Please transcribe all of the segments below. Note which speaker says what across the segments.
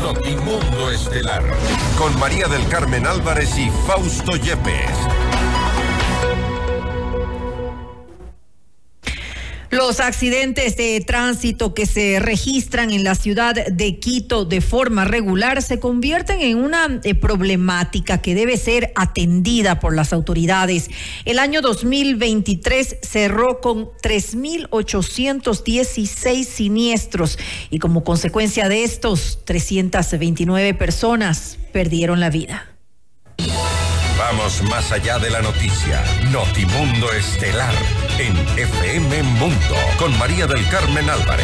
Speaker 1: Notimundo Estelar, con María del Carmen Álvarez y Fausto Yepes.
Speaker 2: Los accidentes de tránsito que se registran en la ciudad de Quito de forma regular se convierten en una problemática que debe ser atendida por las autoridades. El año 2023 cerró con 3.816 siniestros y como consecuencia de estos, 329 personas perdieron la vida.
Speaker 1: Vamos más allá de la noticia. Notimundo Estelar en FM Mundo con María del Carmen Álvarez.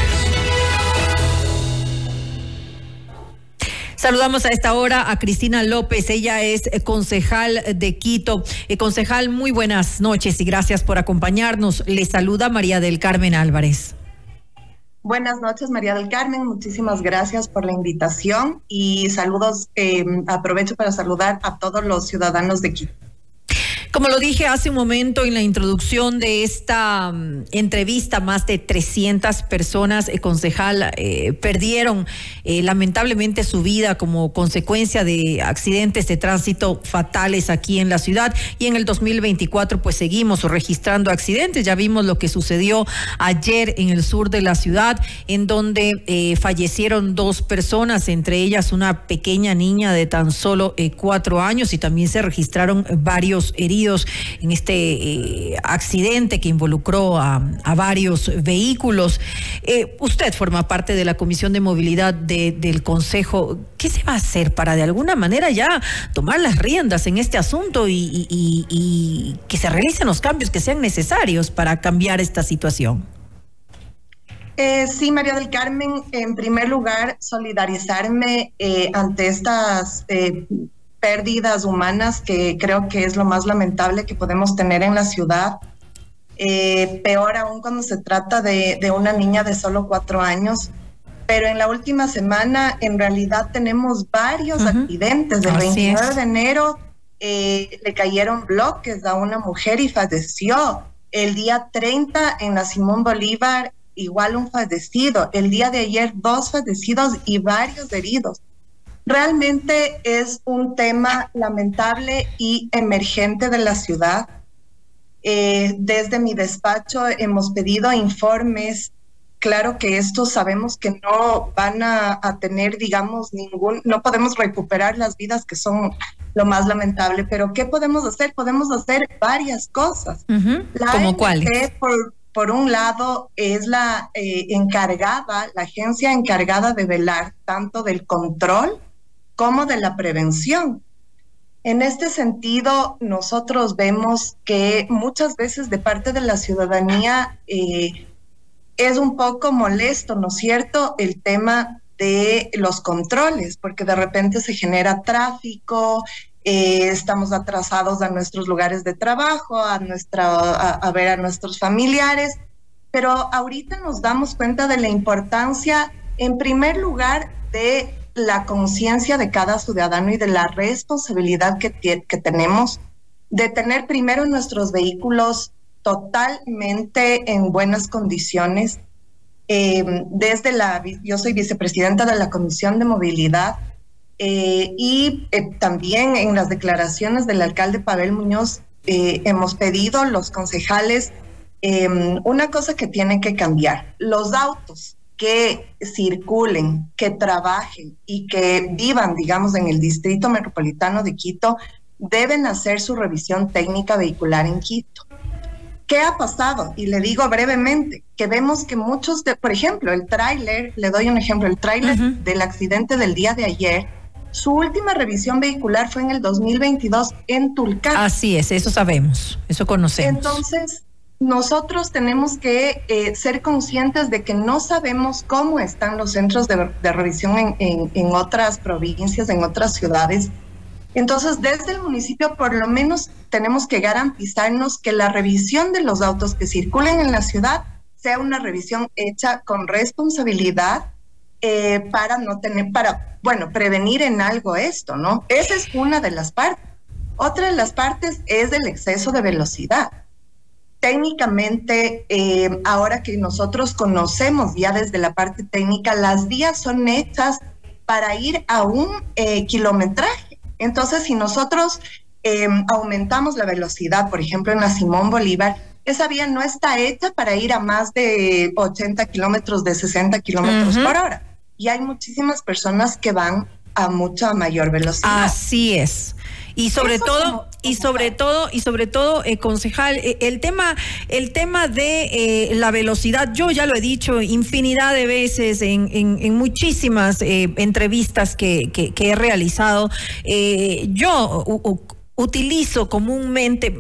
Speaker 2: Saludamos a esta hora a Cristina López. Ella es concejal de Quito. Concejal, muy buenas noches y gracias por acompañarnos. Le saluda María del Carmen Álvarez.
Speaker 3: Buenas noches, María del Carmen. Muchísimas gracias por la invitación y saludos. Aprovecho para saludar a todos los ciudadanos de Quito.
Speaker 2: Como lo dije hace un momento en la introducción de esta entrevista, más de 300 personas, concejal, perdieron lamentablemente su vida como consecuencia de accidentes de tránsito fatales aquí en la ciudad. Y en el 2024 pues seguimos registrando accidentes. Ya vimos lo que sucedió ayer en el sur de la ciudad, en donde fallecieron 2 personas, entre ellas una pequeña niña de tan solo 4 años, y también se registraron varios heridos en este accidente que involucró a varios vehículos. Usted forma parte de la Comisión de Movilidad del Consejo. ¿Qué se va a hacer para de alguna manera ya tomar las riendas en este asunto y que se realicen los cambios que sean necesarios para cambiar esta situación?
Speaker 3: Sí, María del Carmen, en primer lugar, solidarizarme ante estas pérdidas humanas, que creo que es lo más lamentable que podemos tener en la ciudad. Peor aún cuando se trata de una niña de solo 4 años. Pero en la última semana, en realidad, tenemos varios accidentes. El 29 de enero le cayeron bloques a una mujer y falleció. El día 30 en la Simón Bolívar, igual un fallecido. El día de ayer, 2 fallecidos y varios heridos. Realmente es un tema lamentable y emergente de la ciudad. Desde mi despacho hemos pedido informes. Claro que estos sabemos que no van a tener, digamos, no podemos recuperar las vidas, que son lo más lamentable, pero ¿qué podemos hacer? Podemos hacer varias cosas.
Speaker 2: ¿Cómo cuáles?
Speaker 3: Por un lado, es la agencia encargada de velar tanto del control como de la prevención. En este sentido, nosotros vemos que muchas veces de parte de la ciudadanía es un poco molesto, ¿no es cierto?, el tema de los controles, porque de repente se genera tráfico, estamos atrasados a nuestros lugares de trabajo, a ver a nuestros familiares, pero ahorita nos damos cuenta de la importancia, en primer lugar, de la conciencia de cada ciudadano y de la responsabilidad que tenemos de tener primero nuestros vehículos totalmente en buenas condiciones. Yo soy vicepresidenta de la Comisión de Movilidad y también en las declaraciones del alcalde Pavel Muñoz hemos pedido los concejales una cosa que tiene que cambiar. Los autos que circulen, que trabajen y que vivan, digamos, en el distrito metropolitano de Quito, deben hacer su revisión técnica vehicular en Quito. ¿Qué ha pasado? Y le digo brevemente, que vemos que muchos por ejemplo, el tráiler, le doy un ejemplo, el tráiler del accidente del día de ayer, su última revisión vehicular fue en el 2022 en Tulcán.
Speaker 2: Así es, eso sabemos, eso conocemos.
Speaker 3: Entonces, nosotros tenemos que ser conscientes de que no sabemos cómo están los centros de revisión en otras provincias, en otras ciudades. Entonces, desde el municipio, por lo menos, tenemos que garantizarnos que la revisión de los autos que circulen en la ciudad sea una revisión hecha con responsabilidad para prevenir en algo esto, ¿no? Esa es una de las partes. Otra de las partes es el exceso de velocidad. Técnicamente, ahora que nosotros conocemos ya desde la parte técnica, las vías son hechas para ir a un kilometraje. Entonces, si nosotros aumentamos la velocidad, por ejemplo, en la Simón Bolívar, esa vía no está hecha para ir a más de 80 kilómetros, de 60 kilómetros por hora. Y hay muchísimas personas que van a mucha mayor velocidad.
Speaker 2: Así es. Y sobre todo, concejal, el tema de la velocidad, yo ya lo he dicho infinidad de veces en muchísimas entrevistas que he realizado. Yo utilizo comúnmente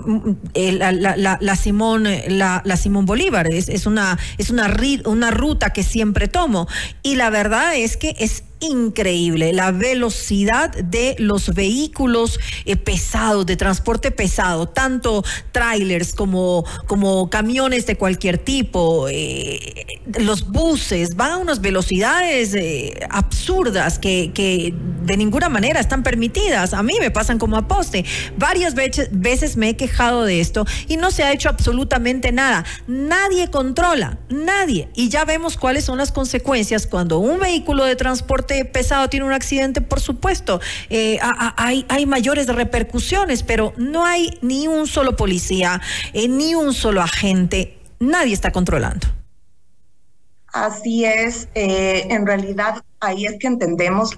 Speaker 2: la Simón Bolívar, es una ruta que siempre tomo, y la verdad es que es increíble la velocidad de los vehículos pesados, de transporte pesado, tanto trailers como camiones de cualquier tipo, los buses van a unas velocidades absurdas que de ninguna manera están permitidas. A mí me pasan como a poste. Varias veces me he quejado de esto y no se ha hecho absolutamente nada. Nadie controla, nadie. Y ya vemos cuáles son las consecuencias cuando un vehículo de transporte pesado tiene un accidente. Por supuesto, hay mayores repercusiones, pero no hay ni un solo policía, ni un solo agente. Nadie está controlando.
Speaker 3: Así es. En realidad, ahí es que entendemos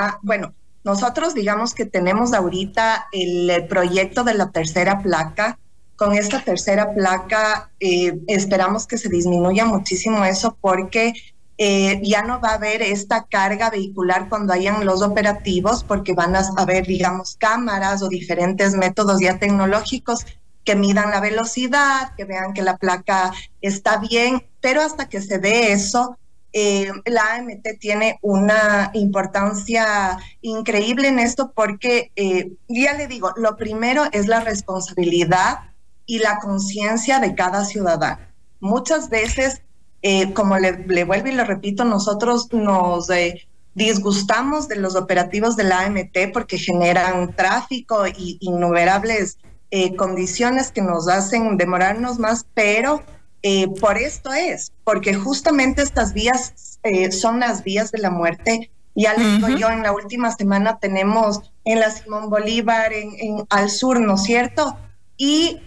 Speaker 3: nosotros digamos que tenemos ahorita el proyecto de la tercera placa. Con esta tercera placa esperamos que se disminuya muchísimo eso, porque ya no va a haber esta carga vehicular cuando hayan los operativos, porque van a haber, digamos, cámaras o diferentes métodos ya tecnológicos que midan la velocidad, que vean que la placa está bien, pero hasta que se dé eso, la AMT tiene una importancia increíble en esto, porque ya le digo, lo primero es la responsabilidad y la conciencia de cada ciudadano. Muchas veces, como le vuelvo y le repito, nosotros nos disgustamos de los operativos de la AMT porque generan tráfico y innumerables condiciones que nos hacen demorarnos más, pero por esto es, porque justamente estas vías son las vías de la muerte. Ya les digo yo, en la última semana tenemos en la Simón Bolívar, al sur, ¿no es cierto? Y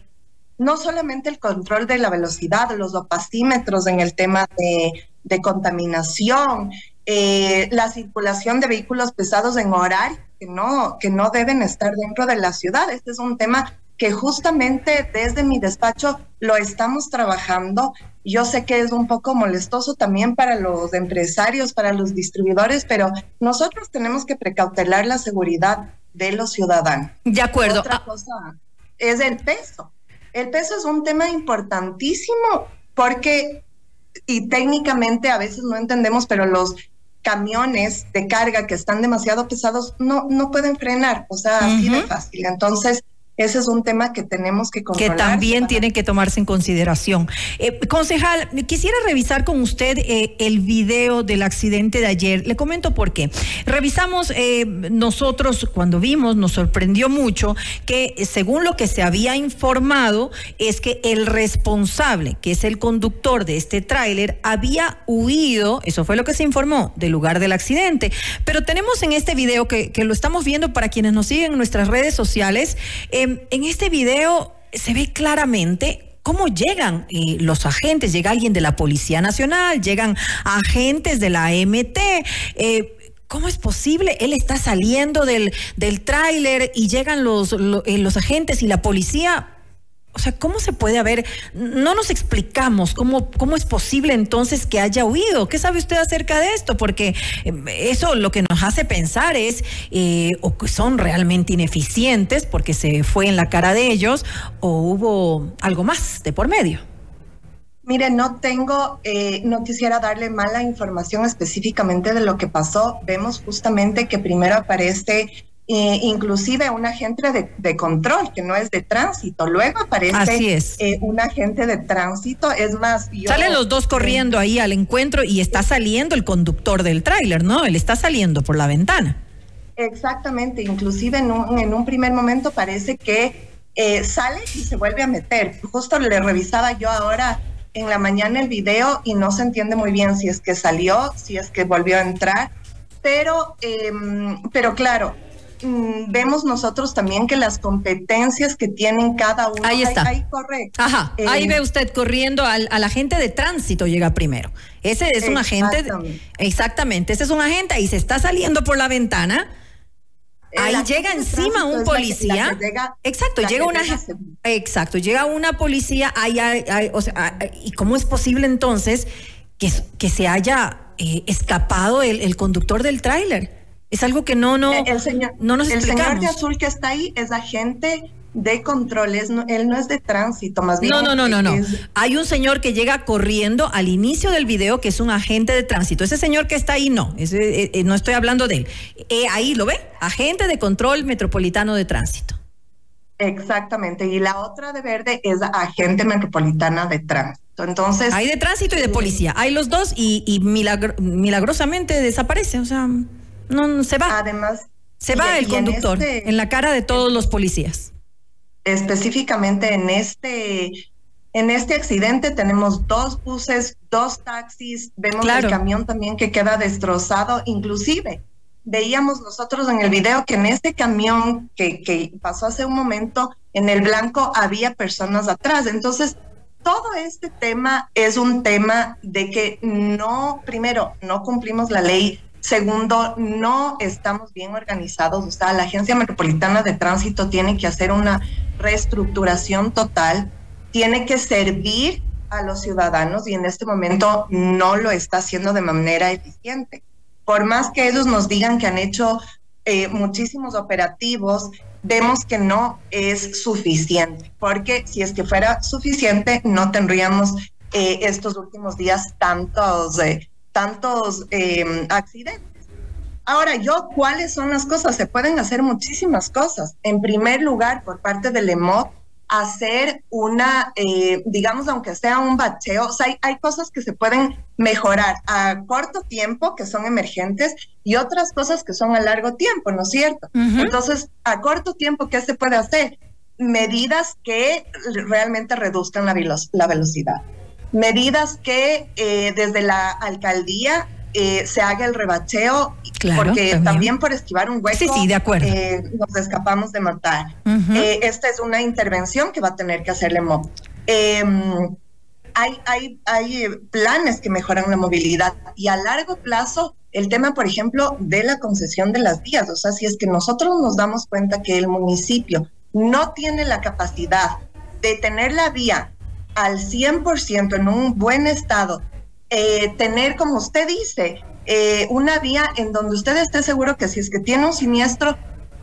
Speaker 3: no solamente el control de la velocidad, los opacímetros en el tema de contaminación, la circulación de vehículos pesados en horario que no deben estar dentro de la ciudad. Este es un tema que justamente desde mi despacho lo estamos trabajando. Yo sé que es un poco molestoso también para los empresarios, para los distribuidores, pero nosotros tenemos que precautelar la seguridad de los ciudadanos.
Speaker 2: De acuerdo.
Speaker 3: Otra cosa es el peso. El peso es un tema importantísimo porque, y técnicamente a veces no entendemos, pero los camiones de carga que están demasiado pesados no pueden frenar, o sea, así de fácil. Entonces, ese es un tema que tenemos que controlar.
Speaker 2: Que también tiene que tomarse en consideración. Concejal, quisiera revisar con usted el video del accidente de ayer. Le comento por qué. Revisamos, nosotros cuando vimos, nos sorprendió mucho que según lo que se había informado es que el responsable, que es el conductor de este tráiler, había huido, eso fue lo que se informó, del lugar del accidente. Pero tenemos en este video que lo estamos viendo para quienes nos siguen en nuestras redes sociales. En este video se ve claramente cómo llegan los agentes, llega alguien de la Policía Nacional, llegan agentes de la AMT. ¿Cómo es posible? Él está saliendo del tráiler y llegan los agentes y la policía. O sea, ¿cómo se puede haber? No nos explicamos cómo es posible entonces que haya huido. ¿Qué sabe usted acerca de esto? Porque eso lo que nos hace pensar es o que son realmente ineficientes porque se fue en la cara de ellos, o hubo algo más de por medio.
Speaker 3: Mire, no quisiera darle mala información específicamente de lo que pasó. Vemos justamente que primero aparece inclusive un agente de control, que no es de tránsito. Luego aparece un agente de tránsito. Es más,
Speaker 2: salen los dos corriendo ahí al encuentro y está saliendo el conductor del tráiler, ¿no? Él está saliendo por la ventana.
Speaker 3: Exactamente. Inclusive en un primer momento parece que sale y se vuelve a meter. Justo le revisaba yo ahora en la mañana el video y no se entiende muy bien si es que salió, si es que volvió a entrar. pero claro, vemos nosotros también que las competencias que tienen cada uno.
Speaker 2: Ahí está.
Speaker 3: Ahí corre.
Speaker 2: Ajá, ahí ve usted corriendo al agente de tránsito, llega primero. Ese es un agente. Exactamente, ese es un agente, ahí se está saliendo por la ventana. Ahí llega encima un policía. Llega una policía. O sea, ¿y cómo es posible entonces que se haya escapado el conductor del tráiler? Es algo que no nos explicamos.
Speaker 3: El señor de azul que está ahí es agente de control, él no es de tránsito, más bien.
Speaker 2: No. Hay un señor que llega corriendo al inicio del video que es un agente de tránsito. Ese señor que está ahí, no estoy hablando de él. Ahí lo ve, agente de control metropolitano de tránsito.
Speaker 3: Exactamente, y la otra de verde es agente metropolitana de tránsito. Entonces,
Speaker 2: hay de tránsito y de policía, hay los dos y milagrosamente desaparece, o sea, no se va.
Speaker 3: Además,
Speaker 2: se va el conductor en la cara de todos los policías.
Speaker 3: Específicamente en este accidente tenemos 2 buses, 2 taxis, vemos el camión también que queda destrozado, inclusive veíamos nosotros en el video que en este camión que pasó hace un momento, en el blanco había personas atrás. Entonces, todo este tema es un tema de que primero, no cumplimos la ley. Segundo, no estamos bien organizados. O sea, la Agencia Metropolitana de Tránsito tiene que hacer una reestructuración total, tiene que servir a los ciudadanos y en este momento no lo está haciendo de manera eficiente. Por más que ellos nos digan que han hecho muchísimos operativos, vemos que no es suficiente, porque si es que fuera suficiente no tendríamos estos últimos días tantos accidentes. Ahora, ¿cuáles son las cosas? Se pueden hacer muchísimas cosas. En primer lugar, por parte del EMOT, hacer digamos, aunque sea un bacheo, o sea, hay cosas que se pueden mejorar a corto tiempo, que son emergentes, y otras cosas que son a largo tiempo, ¿no es cierto? Entonces, a corto tiempo, ¿qué se puede hacer? Medidas que realmente reduzcan la velocidad. Medidas que desde la alcaldía se haga el rebacheo, porque también por esquivar un hueco
Speaker 2: de acuerdo.
Speaker 3: Nos escapamos de matar. Esta es una intervención que va a tener que hacer el EMOT. Hay planes que mejoran la movilidad y a largo plazo el tema, por ejemplo, de la concesión de las vías. O sea, si es que nosotros nos damos cuenta que el municipio no tiene la capacidad de tener la vía al 100% en un buen estado, tener, como usted dice, una vía en donde usted esté seguro que si es que tiene un siniestro,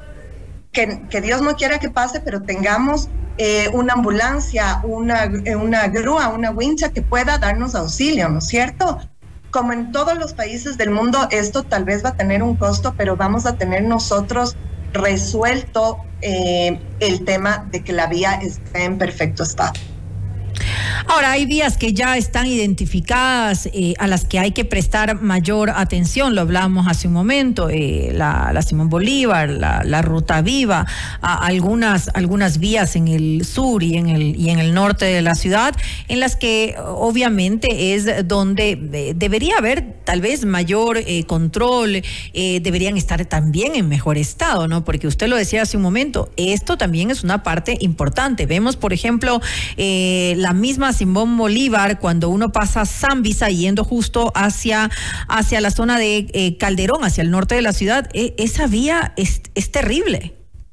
Speaker 3: que Dios no quiera que pase, pero tengamos una ambulancia, una grúa, una wincha que pueda darnos auxilio, ¿no es cierto? Como en todos los países del mundo, esto tal vez va a tener un costo, pero vamos a tener nosotros resuelto el tema de que la vía esté en perfecto estado.
Speaker 2: Ahora, hay vías que ya están identificadas, a las que hay que prestar mayor atención. Lo hablábamos hace un momento, la Simón Bolívar, la Ruta Viva, algunas vías en el sur y en el norte de la ciudad, en las que obviamente es donde debería haber tal vez mayor control, deberían estar también en mejor estado, ¿no? Porque usted lo decía hace un momento, esto también es una parte importante. Vemos, por ejemplo, la misma Simón Bolívar, cuando uno pasa Zambisa yendo justo hacia la zona de Calderón, hacia el norte de la ciudad, esa vía es terrible.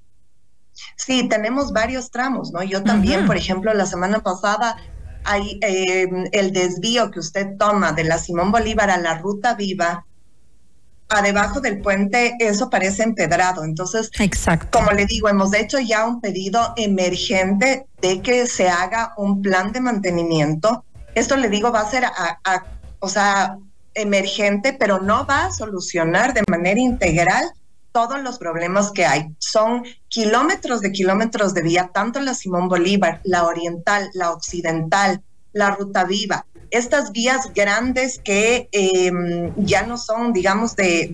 Speaker 3: Sí, tenemos varios tramos, ¿no? Yo también, por ejemplo, la semana pasada hay el desvío que usted toma de la Simón Bolívar a la Ruta Viva, a debajo del puente, eso parece empedrado. Entonces,
Speaker 2: exacto,
Speaker 3: como le digo, hemos hecho ya un pedido emergente de que se haga un plan de mantenimiento. Esto, le digo, va a ser emergente, pero no va a solucionar de manera integral todos los problemas que hay. Son kilómetros de vía, tanto la Simón Bolívar, la oriental, la occidental, la Ruta Viva. Estas vías grandes que ya no son, digamos,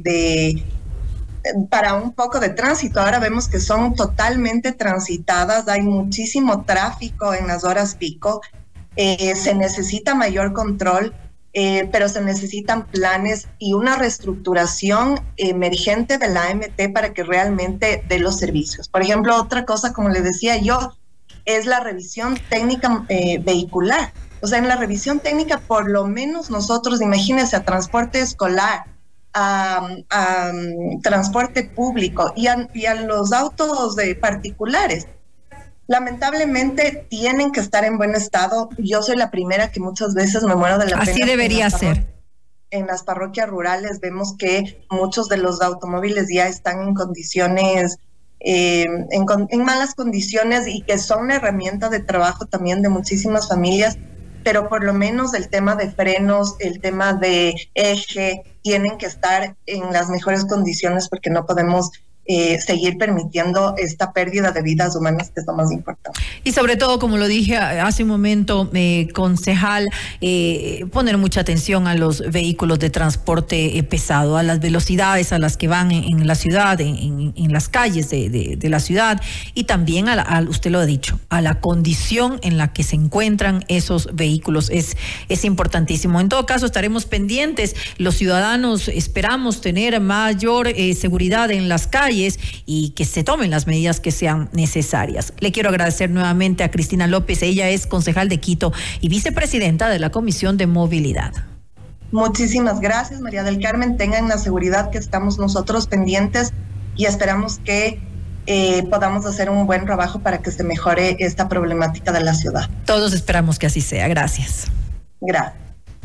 Speaker 3: para un poco de tránsito, ahora vemos que son totalmente transitadas, hay muchísimo tráfico en las horas pico, se necesita mayor control. pero se necesitan planes y una reestructuración emergente de la AMT para que realmente dé los servicios. Por ejemplo, otra cosa, como le decía yo, es la revisión técnica vehicular. O sea, en la revisión técnica, por lo menos nosotros, imagínense, a transporte escolar, a transporte público y a los autos particulares, lamentablemente tienen que estar en buen estado. Yo soy la primera que muchas veces me muero de la pena.
Speaker 2: Así debería ser.
Speaker 3: En las parroquias rurales vemos que muchos de los automóviles ya están en condiciones, en malas condiciones, y que son una herramienta de trabajo también de muchísimas familias, pero por lo menos el tema de frenos, el tema de eje, tienen que estar en las mejores condiciones, porque no podemos seguir permitiendo esta pérdida de vidas humanas, que es lo más importante.
Speaker 2: Y sobre todo, como lo dije hace un momento, concejal, poner mucha atención a los vehículos de transporte pesado, a las velocidades a las que van en la ciudad, en las calles de la ciudad, y también usted lo ha dicho, a la condición en la que se encuentran esos vehículos. Es importantísimo. En todo caso, estaremos pendientes. Los ciudadanos esperamos tener mayor seguridad en las calles y que se tomen las medidas que sean necesarias. Le quiero agradecer nuevamente a Cristina López. Ella es concejal de Quito y vicepresidenta de la Comisión de Movilidad.
Speaker 3: Muchísimas gracias, María del Carmen. Tengan la seguridad que estamos nosotros pendientes y esperamos que podamos hacer un buen trabajo para que se mejore esta problemática de la ciudad.
Speaker 2: Todos esperamos que así sea. Gracias.
Speaker 3: Gracias.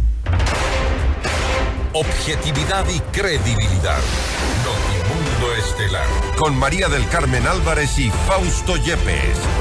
Speaker 1: Objetividad y credibilidad. Notimundo Estelar. Con María del Carmen Álvarez y Fausto Yepes.